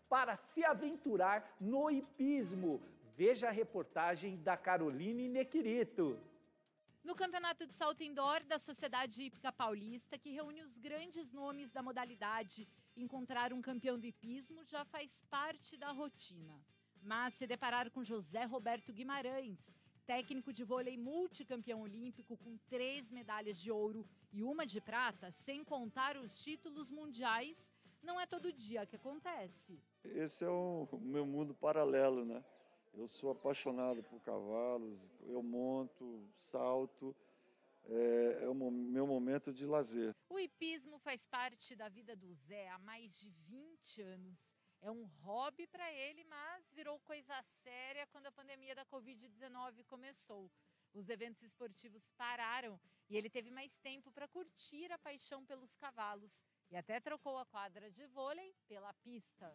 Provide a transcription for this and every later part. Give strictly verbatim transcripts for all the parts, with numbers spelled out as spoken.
para se aventurar no hipismo. Veja a reportagem da Caroline Nequirito. No Campeonato de Salto Indoor da Sociedade Hípica Paulista, que reúne os grandes nomes da modalidade, encontrar um campeão do hipismo já faz parte da rotina. Mas se deparar com José Roberto Guimarães, técnico de vôlei multicampeão olímpico com três medalhas de ouro e uma de prata, sem contar os títulos mundiais, não é todo dia que acontece. Esse é o meu mundo paralelo, né? Eu sou apaixonado por cavalos, eu monto, salto, é, é o meu momento de lazer. O hipismo faz parte da vida do Zé há mais de vinte anos. É um hobby para ele, mas virou coisa séria quando a pandemia da covid dezenove começou. Os eventos esportivos pararam e ele teve mais tempo para curtir a paixão pelos cavalos e até trocou a quadra de vôlei pela pista.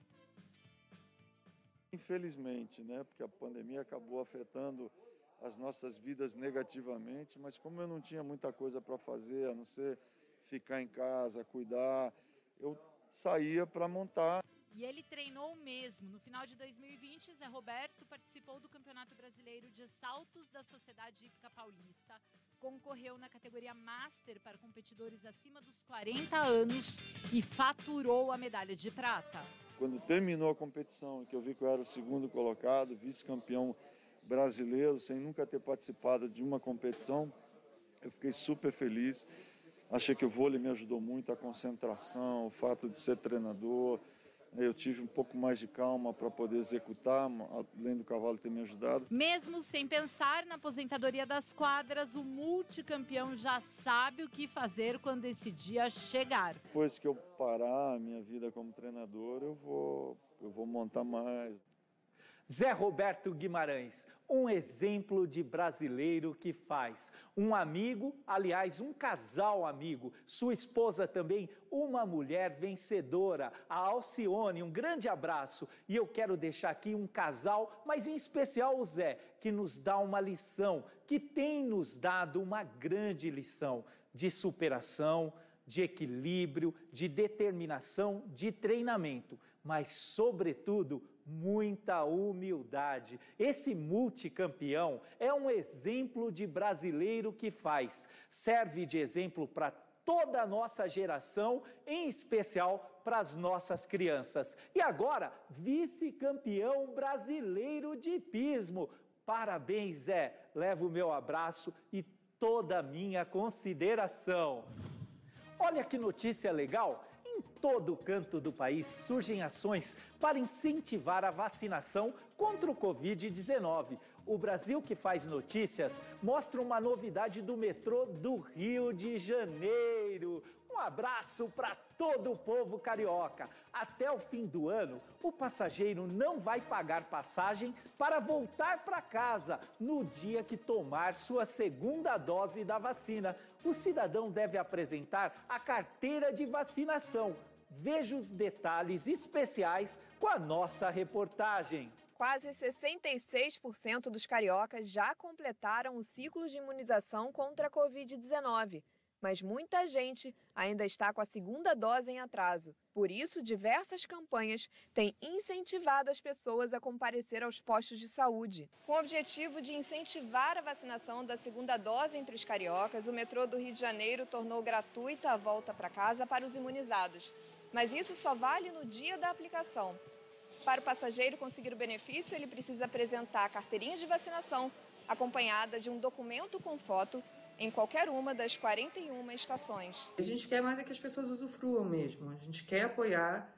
Infelizmente, né, porque a pandemia acabou afetando as nossas vidas negativamente, mas como eu não tinha muita coisa para fazer, a não ser ficar em casa, cuidar, eu saía para montar. E ele treinou mesmo. No final de dois mil e vinte, Zé Roberto participou do Campeonato Brasileiro de Saltos da Sociedade Hípica Paulista, concorreu na categoria Master para competidores acima dos quarenta anos e faturou a medalha de prata. Quando terminou a competição, que eu vi que eu era o segundo colocado, vice-campeão brasileiro, sem nunca ter participado de uma competição, eu fiquei super feliz. Achei que o vôlei me ajudou muito, a concentração, o fato de ser treinador. Eu tive um pouco mais de calma para poder executar, além do cavalo ter me ajudado. Mesmo sem pensar na aposentadoria das quadras, o multicampeão já sabe o que fazer quando esse dia chegar. Depois que eu parar a minha vida como treinador, eu vou, eu vou montar mais. Zé Roberto Guimarães, um exemplo de brasileiro que faz. Um amigo, aliás, um casal amigo, sua esposa também, uma mulher vencedora, a Alcione, um grande abraço. E eu quero deixar aqui um casal, mas em especial o Zé, que nos dá uma lição, que tem nos dado uma grande lição de superação, de equilíbrio, de determinação, de treinamento, mas, sobretudo, muita humildade. Esse multicampeão é um exemplo de brasileiro que faz, serve de exemplo para toda a nossa geração, em especial para as nossas crianças. E agora, vice-campeão brasileiro de hipismo. Parabéns, Zé. Levo o meu abraço e toda a minha consideração. Olha que notícia legal! Em todo canto do país surgem ações para incentivar a vacinação contra o covid dezenove. O Brasil que faz notícias mostra uma novidade do metrô do Rio de Janeiro. Um abraço para todo o povo carioca. Até o fim do ano, o passageiro não vai pagar passagem para voltar para casa no dia que tomar sua segunda dose da vacina. O cidadão deve apresentar a carteira de vacinação. Veja os detalhes especiais com a nossa reportagem. Quase sessenta e seis por cento dos cariocas já completaram o ciclo de imunização contra a covid dezenove. Mas muita gente ainda está com a segunda dose em atraso. Por isso, diversas campanhas têm incentivado as pessoas a comparecer aos postos de saúde. Com o objetivo de incentivar a vacinação da segunda dose entre os cariocas, o metrô do Rio de Janeiro tornou gratuita a volta para casa para os imunizados. Mas isso só vale no dia da aplicação. Para o passageiro conseguir o benefício, ele precisa apresentar a carteirinha de vacinação, acompanhada de um documento com foto, em qualquer uma das quarenta e uma estações. A gente quer mais é que as pessoas usufruam mesmo. A gente quer apoiar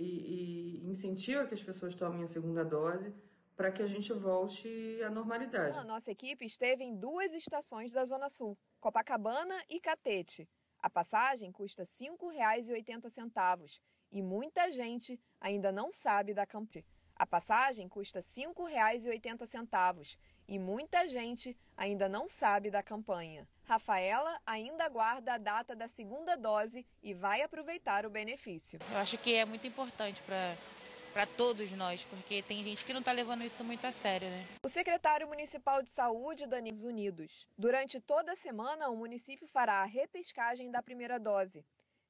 e, e incentiva que as pessoas tomem a segunda dose para que a gente volte à normalidade. A nossa equipe esteve em duas estações da Zona Sul, Copacabana e Catete. A passagem custa cinco reais e oitenta centavos e muita gente ainda não sabe da campanha. A passagem custa cinco reais e oitenta centavos e muita gente ainda não sabe da campanha. Rafaela ainda aguarda a data da segunda dose e vai aproveitar o benefício. Eu acho que é muito importante para para todos nós, porque tem gente que não está levando isso muito a sério, né? O secretário municipal de saúde da Estados Unidos. Durante toda a semana, o município fará a repescagem da primeira dose.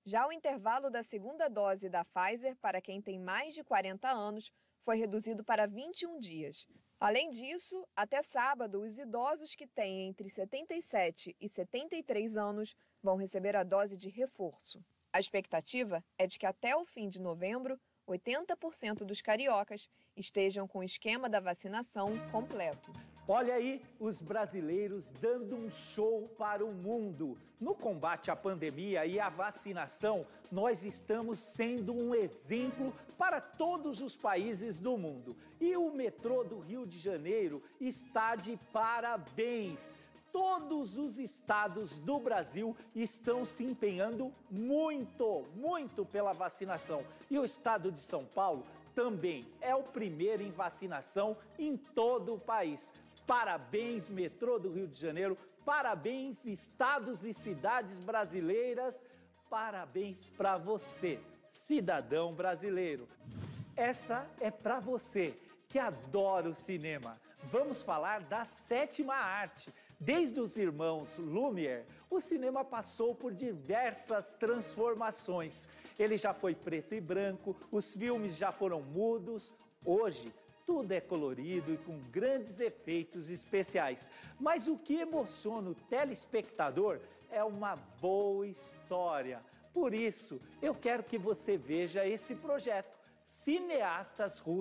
Já o intervalo da segunda dose da Pfizer para quem tem mais de quarenta anos foi reduzido para vinte e um dias. Além disso, até sábado, os idosos que têm entre setenta e sete e setenta e três anos vão receber a dose de reforço. A expectativa é de que até o fim de novembro, oitenta por cento dos cariocas estejam com o esquema da vacinação completo. Olha aí os brasileiros dando um show para o mundo. No combate à pandemia e à vacinação, nós estamos sendo um exemplo para todos os países do mundo. E o metrô do Rio de Janeiro está de parabéns. Todos os estados do Brasil estão se empenhando muito, muito pela vacinação. E o estado de São Paulo também é o primeiro em vacinação em todo o país. Parabéns, metrô do Rio de Janeiro, parabéns, estados e cidades brasileiras, parabéns para você, cidadão brasileiro. Essa é para você que adora o cinema. Vamos falar da sétima arte. Desde os irmãos Lumière, o cinema passou por diversas transformações. Ele já foi preto e branco, os filmes já foram mudos. Hoje, tudo é colorido e com grandes efeitos especiais. Mas o que emociona o telespectador é uma boa história. Por isso, eu quero que você veja esse projeto, Cineastas Russos.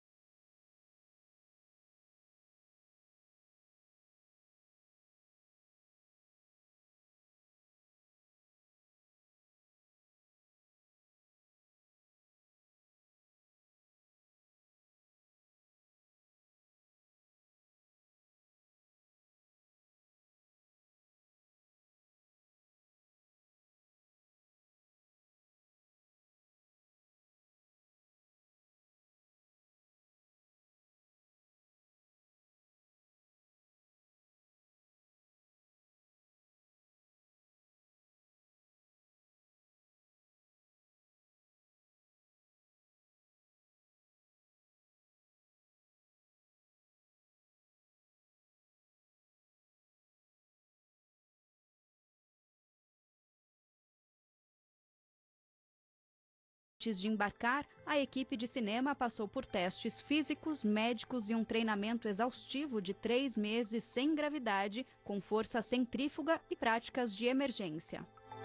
Antes de embarcar, a equipe de cinema passou por testes físicos, médicos e um treinamento exaustivo de três meses sem gravidade, com força centrífuga e práticas de emergência.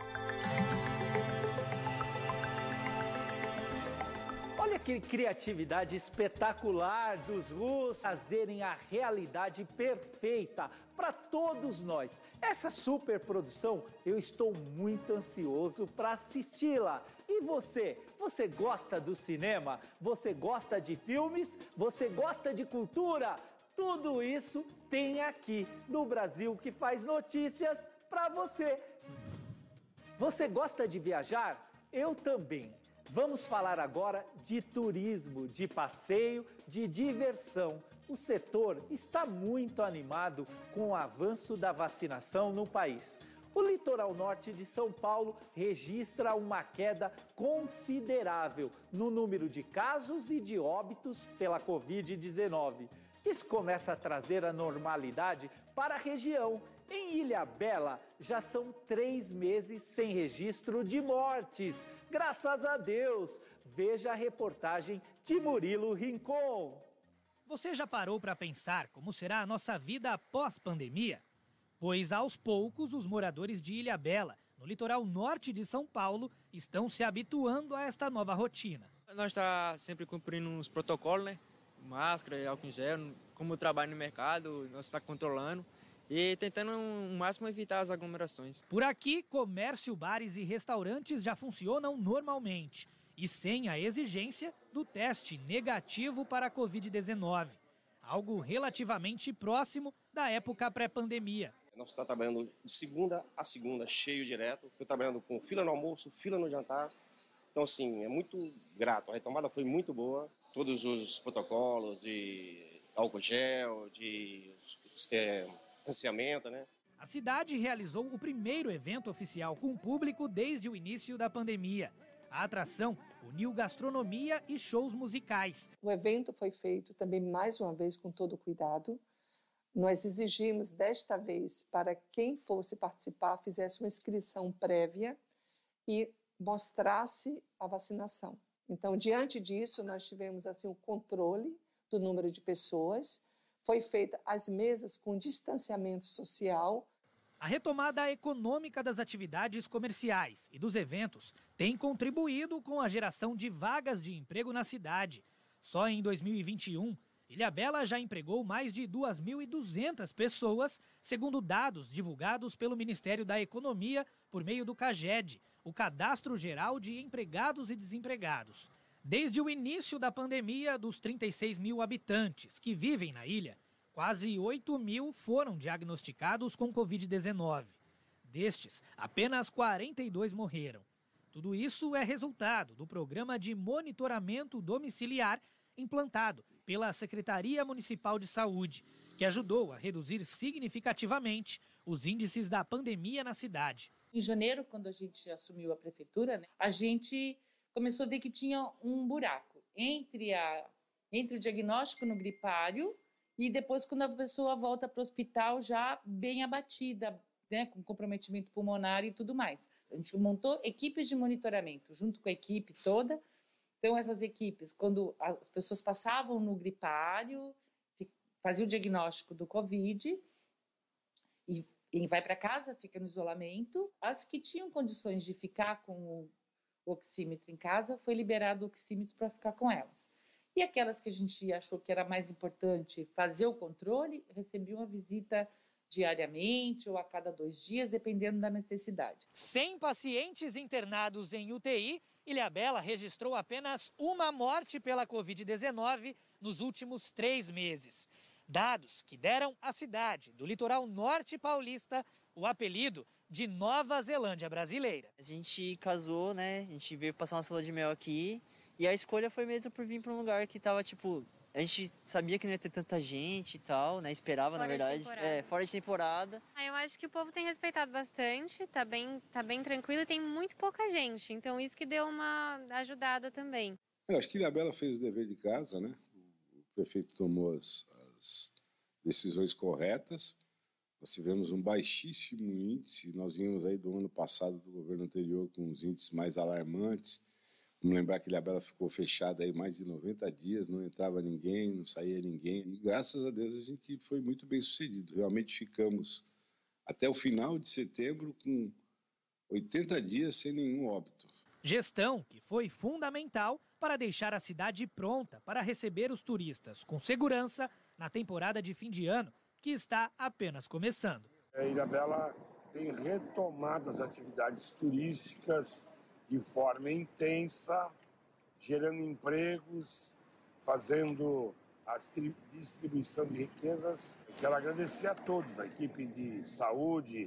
Olha que criatividade espetacular dos russos fazerem a realidade perfeita para todos nós. Essa superprodução, eu estou muito ansioso para assisti-la. E você? Você gosta do cinema? Você gosta de filmes? Você gosta de cultura? Tudo isso tem aqui no Brasil que faz notícias para você. Você gosta de viajar? Eu também. Vamos falar agora de turismo, de passeio, de diversão. O setor está muito animado com o avanço da vacinação no país. O litoral norte de São Paulo registra uma queda considerável no número de casos e de óbitos pela covid dezenove. Isso começa a trazer a normalidade para a região. Em Ilhabela, já são três meses sem registro de mortes. Graças a Deus! Veja a reportagem de Murilo Rincon. Você já parou para pensar como será a nossa vida após pandemia? Pois aos poucos os moradores de Ilhabela, no litoral norte de São Paulo, estão se habituando a esta nova rotina. Nós estamos sempre cumprindo os protocolos, né? Máscara, álcool em gel. Como eu trabalho no mercado, nós estamos controlando e tentando o máximo evitar as aglomerações. Por aqui, comércio, bares e restaurantes já funcionam normalmente e sem a exigência do teste negativo para a covid dezenove, algo relativamente próximo da época pré-pandemia. Nós estamos trabalhando de segunda a segunda, cheio direto. Estou trabalhando com fila no almoço, fila no jantar. Então, assim, é muito grato. A retomada foi muito boa. Todos os protocolos de álcool gel, de é, distanciamento, né? A cidade realizou o primeiro evento oficial com público desde o início da pandemia. A atração uniu gastronomia e shows musicais. O evento foi feito também, mais uma vez, com todo cuidado. Nós exigimos, desta vez, para quem fosse participar, fizesse uma inscrição prévia e mostrasse a vacinação. Então, diante disso, nós tivemos assim o controle do número de pessoas, foi feita as mesas com distanciamento social. A retomada econômica das atividades comerciais e dos eventos tem contribuído com a geração de vagas de emprego na cidade. Só em dois mil e vinte e um, Ilhabela já empregou mais de duas mil e duzentas pessoas, segundo dados divulgados pelo Ministério da Economia por meio do CAGED, o Cadastro Geral de Empregados e Desempregados. Desde o início da pandemia, dos trinta e seis mil habitantes que vivem na ilha, quase oito mil foram diagnosticados com covid dezenove. Destes, apenas quarenta e dois morreram. Tudo isso é resultado do programa de monitoramento domiciliar implantado pela Secretaria Municipal de Saúde, que ajudou a reduzir significativamente os índices da pandemia na cidade. Em janeiro, quando a gente assumiu a prefeitura, né, a gente começou a ver que tinha um buraco entre, a, entre o diagnóstico no gripário e depois quando a pessoa volta para o hospital já bem abatida, né, com comprometimento pulmonar e tudo mais. A gente montou equipes de monitoramento junto com a equipe toda. Então, essas equipes, quando as pessoas passavam no gripário, faziam o diagnóstico do Covid e, e vai para casa, fica no isolamento. As que tinham condições de ficar com o oxímetro em casa, foi liberado o oxímetro para ficar com elas. E aquelas que a gente achou que era mais importante fazer o controle, recebiam a visita diariamente ou a cada dois dias, dependendo da necessidade. Sem pacientes internados em U T I, Ilhabela registrou apenas uma morte pela covid dezenove nos últimos três meses. Dados que deram à cidade do litoral norte paulista o apelido de Nova Zelândia brasileira. A gente casou, né? A gente veio passar uma lua de mel aqui e a escolha foi mesmo por vir para um lugar que tava, tipo, a gente sabia que não ia ter tanta gente e tal, né? Esperava, fora na verdade, é, fora de temporada. Ah, eu acho que o povo tem respeitado bastante, tá bem, tá bem tranquilo e tem muito pouca gente. Então isso que deu uma ajudada também. Eu acho que Ilhabela fez o dever de casa, né? O prefeito tomou as, as decisões corretas. Nós tivemos um baixíssimo índice, nós vimos aí do ano passado, do governo anterior, com os índices mais alarmantes. Vamos lembrar que Ilhabela ficou fechada aí mais de noventa dias, não entrava ninguém, não saía ninguém. E graças a Deus a gente foi muito bem sucedido. Realmente ficamos até o final de setembro com oitenta dias sem nenhum óbito. Gestão que foi fundamental para deixar a cidade pronta para receber os turistas com segurança na temporada de fim de ano, que está apenas começando. A Ilhabela tem retomado as atividades turísticas de forma intensa, gerando empregos, fazendo a distribuição de riquezas. Eu quero agradecer a todos, a equipe de saúde,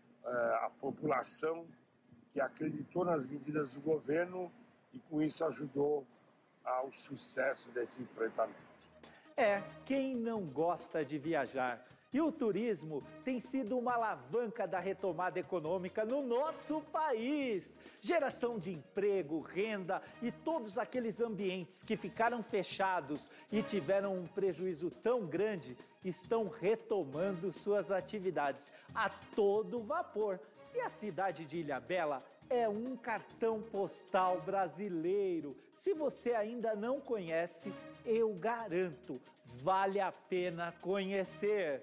a população que acreditou nas medidas do governo e com isso ajudou ao sucesso desse enfrentamento. É, quem não gosta de viajar? E o turismo tem sido uma alavanca da retomada econômica no nosso país. Geração de emprego, renda e todos aqueles ambientes que ficaram fechados e tiveram um prejuízo tão grande estão retomando suas atividades a todo vapor. E a cidade de Ilhabela é um cartão postal brasileiro. Se você ainda não conhece, eu garanto, vale a pena conhecer.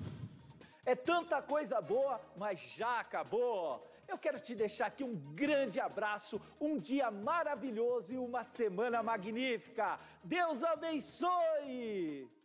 É tanta coisa boa, mas já acabou. Eu quero te deixar aqui um grande abraço, um dia maravilhoso e uma semana magnífica. Deus abençoe!